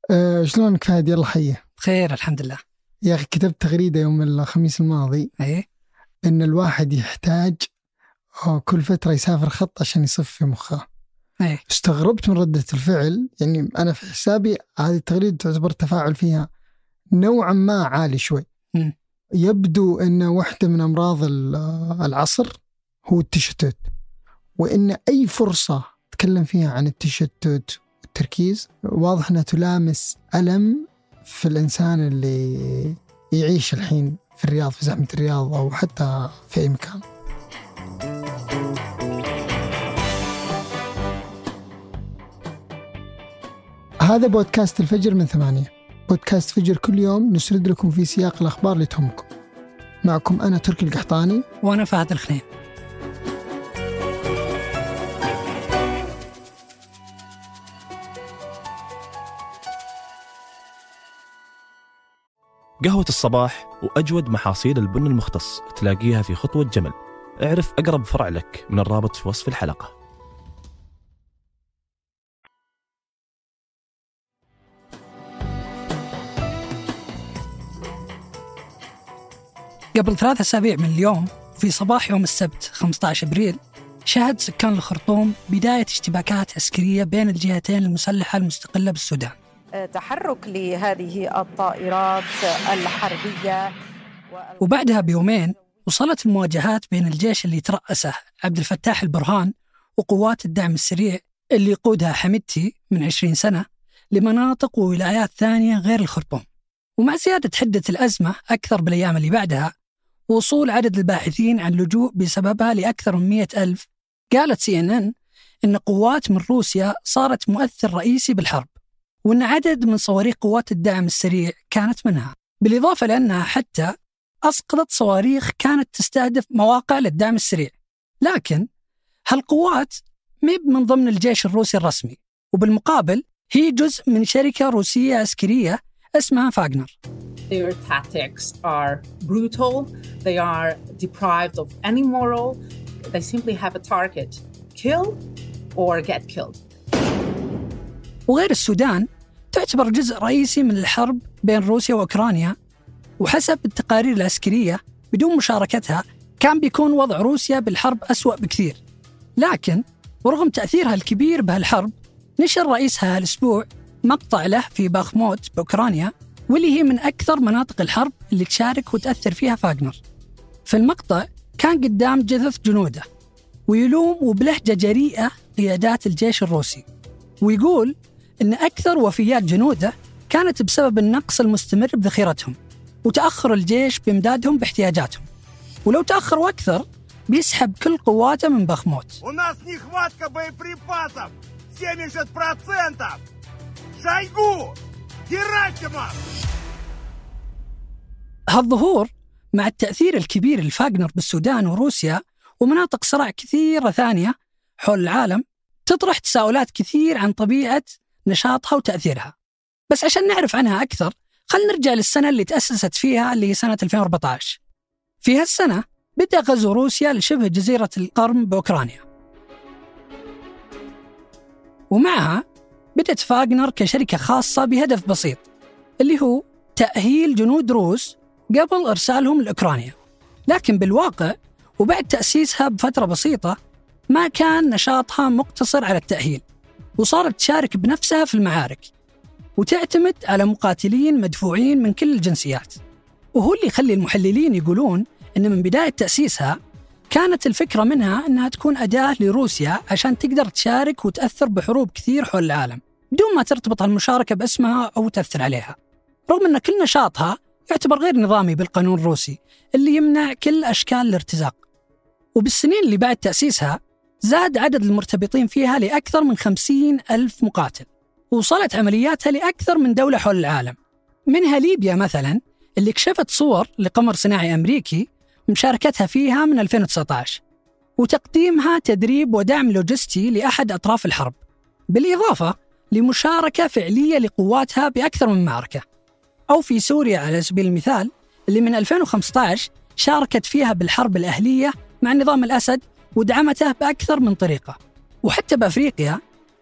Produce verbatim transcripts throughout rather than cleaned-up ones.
أه شلونك فهد؟ يلا حيه. خير الحمد لله. يا أخي كتبت تغريدة يوم الخميس الماضي أيه؟ إن الواحد يحتاج كل فترة يسافر خط عشان يصفي مخه. أيه؟ استغربت من ردة الفعل، يعني أنا في حسابي هذه التغريدة تعتبر تفاعل فيها نوعا ما عالي شوي. م. يبدو أن واحدة من أمراض العصر هو التشتت، وإن أي فرصة تكلم فيها عن التشتت والتركيز واضح أنها تلامس ألم في الإنسان اللي يعيش الحين في الرياض، في زحمة الرياض أو حتى في أي مكان. هذا بودكاست الفجر من ثمانية، بودكاست فجر كل يوم نسرد لكم في سياق الأخبار اللي تهمكم. معكم أنا تركي القحطاني وأنا فهد الخنين. قهوة الصباح وأجود محاصيل البن المختص تلاقيها في خطوة جمل. اعرف أقرب فرع لك من الرابط في وصف الحلقة. قبل ثلاثة أسابيع من اليوم، في صباح يوم السبت خمسة عشر أبريل، شهد سكان الخرطوم بداية اشتباكات عسكرية بين الجهتين المسلحة المستقلة بالسودان. تحرك لهذه الطائرات الحربية و... وبعدها بيومين وصلت المواجهات بين الجيش اللي ترأسه عبد الفتاح البرهان وقوات الدعم السريع اللي يقودها حميدتي من عشرين سنة لمناطق وولايات ثانية غير الخرطوم. ومع زيادة حدة الأزمة أكثر بالأيام اللي بعدها ووصول عدد الباحثين عن لجوء بسببها لأكثر من مئة ألف، قالت سي إن إن إن قوات من روسيا صارت مؤثر رئيسي بالحرب، وأن عدد من صواريخ قوات الدعم السريع كانت منها، بالإضافة لأنها حتى أسقطت صواريخ كانت تستهدف مواقع للدعم السريع. لكن هالقوات ميب من ضمن الجيش الروسي الرسمي، وبالمقابل هي جزء من شركة روسية عسكرية اسمها فاغنر. Their tactics are brutal. They are deprived of any moral. They simply have a target: kill or get killed. وغير السودان تعتبر جزء رئيسي من الحرب بين روسيا وأوكرانيا، وحسب التقارير العسكرية بدون مشاركتها كان بيكون وضع روسيا بالحرب أسوأ بكثير. لكن ورغم تأثيرها الكبير بهالحرب، نشر رئيسها هالأسبوع مقطع له في باخموت بأوكرانيا، واللي هي من أكثر مناطق الحرب اللي تشارك وتأثر فيها فاغنر. في المقطع كان قدام جثث جنوده ويلوم وبلهجة جريئة قيادات الجيش الروسي، ويقول إن أكثر وفيات جنوده كانت بسبب النقص المستمر بذخيرتهم وتأخر الجيش بإمدادهم باحتياجاتهم، ولو تأخروا أكثر بيسحب كل قواته من باخموت. هالظهور مع التأثير الكبير الفاغنر بالسودان وروسيا ومناطق صراع كثيرة ثانية حول العالم تطرح تساؤلات كثير عن طبيعة نشاطها وتأثيرها. بس عشان نعرف عنها أكثر خلينا نرجع للسنة اللي تأسست فيها، اللي هي سنة ألفين وأربعة عشر. في هالسنة بدأ غزو روسيا لشبه جزيرة القرم بأوكرانيا، ومعها بدأت فاغنر كشركة خاصة بهدف بسيط، اللي هو تأهيل جنود روس قبل إرسالهم لأوكرانيا. لكن بالواقع وبعد تأسيسها بفترة بسيطة ما كان نشاطها مقتصر على التأهيل، وصارت تشارك بنفسها في المعارك وتعتمد على مقاتلين مدفوعين من كل الجنسيات. وهو اللي يخلي المحللين يقولون إن من بداية تأسيسها كانت الفكرة منها أنها تكون أداة لروسيا عشان تقدر تشارك وتأثر بحروب كثير حول العالم بدون ما ترتبط المشاركة باسمها أو تأثر عليها، رغم أن كل نشاطها يعتبر غير نظامي بالقانون الروسي اللي يمنع كل أشكال الارتزاق. وبالسنين اللي بعد تأسيسها زاد عدد المرتبطين فيها لأكثر من خمسين ألف مقاتل، ووصلت عملياتها لأكثر من دولة حول العالم، منها ليبيا مثلا اللي كشفت صور لقمر صناعي أمريكي مشاركتها فيها من ألفين وتسعة عشر وتقديمها تدريب ودعم لوجستي لأحد أطراف الحرب، بالإضافة لمشاركة فعلية لقواتها بأكثر من معركة. أو في سوريا على سبيل المثال اللي من ألفين وخمسة عشر شاركت فيها بالحرب الأهلية مع نظام الأسد ودعمته بأكثر من طريقة. وحتى بأفريقيا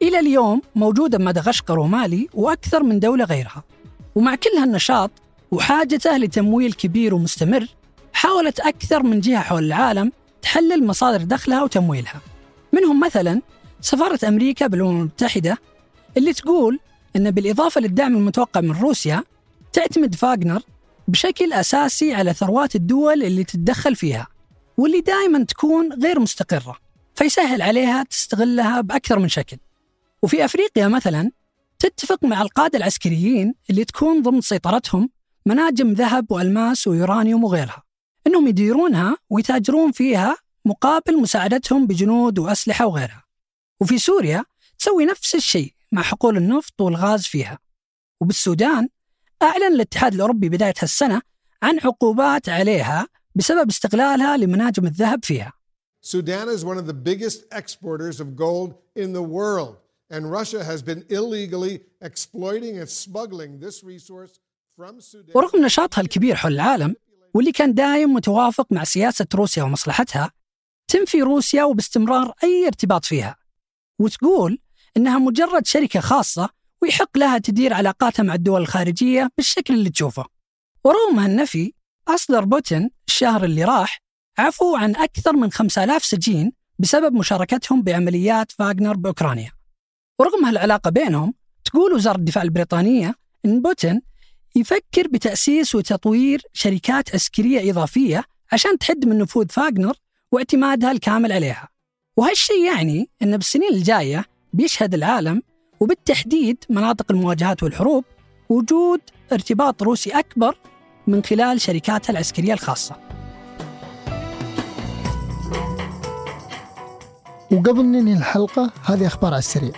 إلى اليوم موجودة بمدغشقر ومالي وأكثر من دولة غيرها. ومع كل هالنشاط وحاجته لتمويل كبير ومستمر، حاولت أكثر من جهة حول العالم تحلل مصادر دخلها وتمويلها. منهم مثلا سفارة أمريكا بالأمم المتحدة اللي تقول أن بالإضافة للدعم المتوقع من روسيا، تعتمد فاغنر بشكل أساسي على ثروات الدول اللي تتدخل فيها واللي دائما تكون غير مستقرة، فيسهل عليها تستغلها بأكثر من شكل. وفي أفريقيا مثلا تتفق مع القادة العسكريين اللي تكون ضمن سيطرتهم مناجم ذهب وألماس ويورانيوم وغيرها، أنهم يديرونها ويتاجرون فيها مقابل مساعدتهم بجنود وأسلحة وغيرها. وفي سوريا تسوي نفس الشيء مع حقول النفط والغاز فيها. وبالسودان أعلن الاتحاد الأوروبي بداية هالسنة عن عقوبات عليها بسبب استغلالها لمناجم الذهب فيها. Sudan is one of the biggest exporters of gold in the world, and Russia has been illegally exploiting and smuggling this resource from Sudan. ورغم نشاطها الكبير حول العالم واللي كان دائم متوافق مع سياسة روسيا ومصلحتها، تنفي روسيا وباستمرار أي ارتباط فيها، وتقول إنها مجرد شركة خاصة ويحق لها تدير علاقاتها مع الدول الخارجية بالشكل اللي تشوفه. ورغم هالنفي، أصدر بوتين الشهر اللي راح عفو عن أكثر من خمسة آلاف سجين بسبب مشاركتهم بعمليات فاغنر بأوكرانيا. ورغم هالعلاقة بينهم، تقول وزارة الدفاع البريطانية إن بوتين يفكر بتأسيس وتطوير شركات عسكرية إضافية عشان تحد من نفوذ فاغنر واعتمادها الكامل عليها. وهالشيء يعني أن بالسنين الجاية بيشهد العالم وبالتحديد مناطق المواجهات والحروب وجود ارتباط روسي أكبر من خلال شركاتها العسكرية الخاصة. وقبل ننهي الحلقة، هذه أخبار على السريع.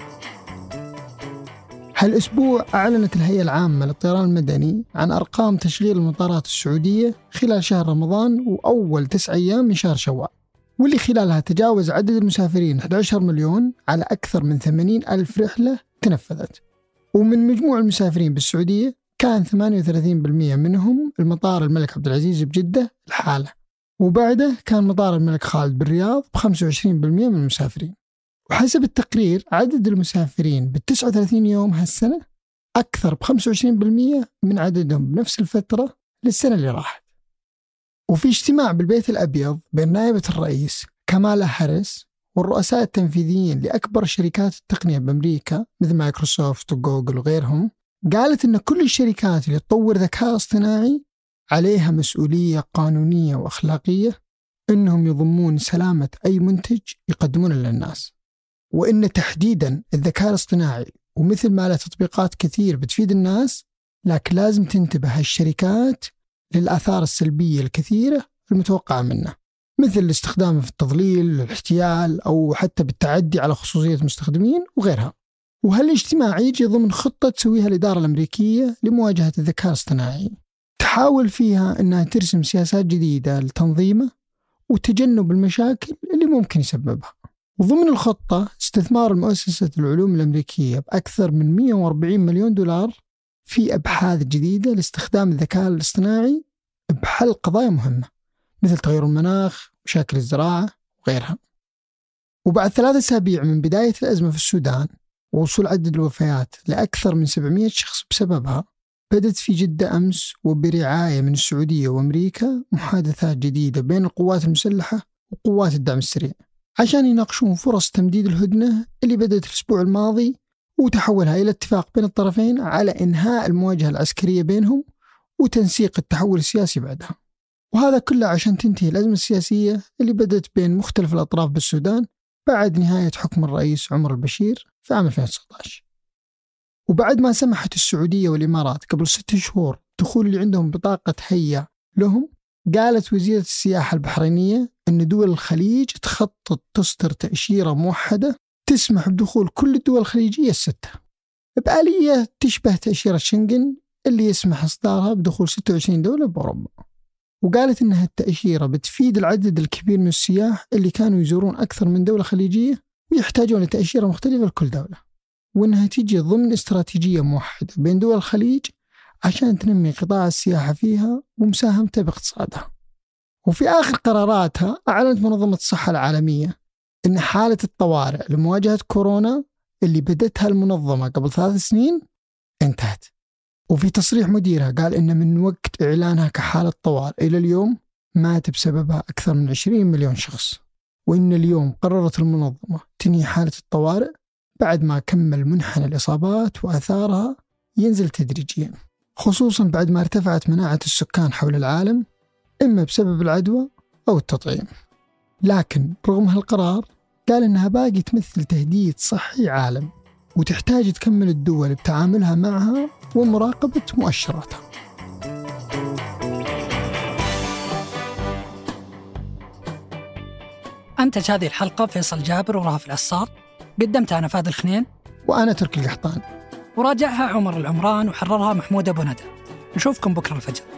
هالأسبوع أعلنت الهيئة العامة للطيران المدني عن أرقام تشغيل المطارات السعودية خلال شهر رمضان وأول تسع أيام من شهر شوال، واللي خلالها تجاوز عدد المسافرين أحد عشر مليون على أكثر من ثمانين ألف رحلة تنفذت. ومن مجموع المسافرين بالسعودية كان ثمانية وثلاثين بالمئة منهم المطار الملك عبد العزيز بجدة الحالة، وبعده كان مطار الملك خالد بالرياض ب خمسة وعشرين بالمئة من المسافرين. وحسب التقرير عدد المسافرين بالتسعة وثلاثين يوم هالسنة أكثر ب خمسة وعشرين بالمئة من عددهم بنفس الفترة للسنة اللي راحت. وفي اجتماع بالبيت الأبيض بين نائبة الرئيس كامالا هاريس والرؤساء التنفيذيين لأكبر شركات التقنية بأمريكا مثل مايكروسوفت وجوجل وغيرهم، قالت إن كل الشركات اللي تطور ذكاء اصطناعي عليها مسؤولية قانونية وأخلاقية إنهم يضمون سلامة أي منتج يقدمونه للناس، وإن تحديدا الذكاء الاصطناعي ومثل ما له تطبيقات كثير بتفيد الناس، لكن لازم تنتبه الشركات للآثار السلبية الكثيرة المتوقعة منه، مثل الاستخدام في التضليل، الاحتيال، أو حتى بالتعدي على خصوصية المستخدمين وغيرها. وهالاجتماع يجي ضمن خطة تسويها الإدارة الأمريكية لمواجهة الذكاء الاصطناعي، تحاول فيها أنها ترسم سياسات جديدة لتنظيمه وتجنب المشاكل اللي ممكن يسببها. وضمن الخطة استثمار المؤسسة العلوم الأمريكية بأكثر من مئة وأربعين مليون دولار في أبحاث جديدة لاستخدام الذكاء الاصطناعي بحل قضايا مهمة مثل تغير المناخ، مشاكل الزراعة وغيرها. وبعد ثلاثة أسابيع من بداية الأزمة في السودان ووصول عدد الوفيات لأكثر من سبعمئة شخص بسببها، بدت في جدة أمس وبرعاية من السعودية وأمريكا محادثات جديدة بين القوات المسلحة وقوات الدعم السريع عشان يناقشون فرص تمديد الهدنة اللي بدأت الأسبوع الماضي وتحولها إلى اتفاق بين الطرفين على إنهاء المواجهة العسكرية بينهم وتنسيق التحول السياسي بعدها. وهذا كله عشان تنتهي الأزمة السياسية اللي بدأت بين مختلف الأطراف بالسودان بعد نهاية حكم الرئيس عمر البشير في عام ألفين وتسعة عشر. وبعد ما سمحت السعودية والإمارات قبل ستة شهور دخول اللي عندهم بطاقة هيا لهم، قالت وزيرة السياحة البحرينية أن دول الخليج تخطط تصدر تأشيرة موحدة تسمح بدخول كل الدول الخليجية الستة بآلية تشبه تأشيرة شنغن اللي يسمح إصدارها بدخول ستة وعشرين دولة بأوروبا. وقالت أنها التأشيرة بتفيد العدد الكبير من السياح اللي كانوا يزورون أكثر من دولة خليجية ويحتاجون لتأشيرة مختلفة لكل دولة، وأنها تيجي ضمن استراتيجية موحدة بين دول الخليج عشان تنمي قطاع السياحة فيها ومساهمته باقتصادها. وفي آخر قراراتها أعلنت منظمة الصحة العالمية أن حالة الطوارئ لمواجهة كورونا اللي بدتها المنظمة قبل ثلاث سنين انتهت. وفي تصريح مديرها قال إن من وقت إعلانها كحالة طوارئ إلى اليوم مات بسببها أكثر من عشرين مليون شخص، وإن اليوم قررت المنظمة تنهي حالة الطوارئ بعد ما كمل منحنى الإصابات وآثارها ينزل تدريجيا، خصوصا بعد ما ارتفعت مناعة السكان حول العالم إما بسبب العدوى أو التطعيم. لكن رغم هالقرار قال إنها باقي تمثل تهديد صحي عالم، وتحتاج تكمل الدول بتعاملها معها ومراقبة مؤشراتها. أنتج هذه الحلقة فيصل جابر ورهف العصار، قدمتها أنا فهد الخنين وأنا تركي القحطان، وراجعها عمر العمران، وحررها محمود أبو ندى. نشوفكم بكرة الفجر.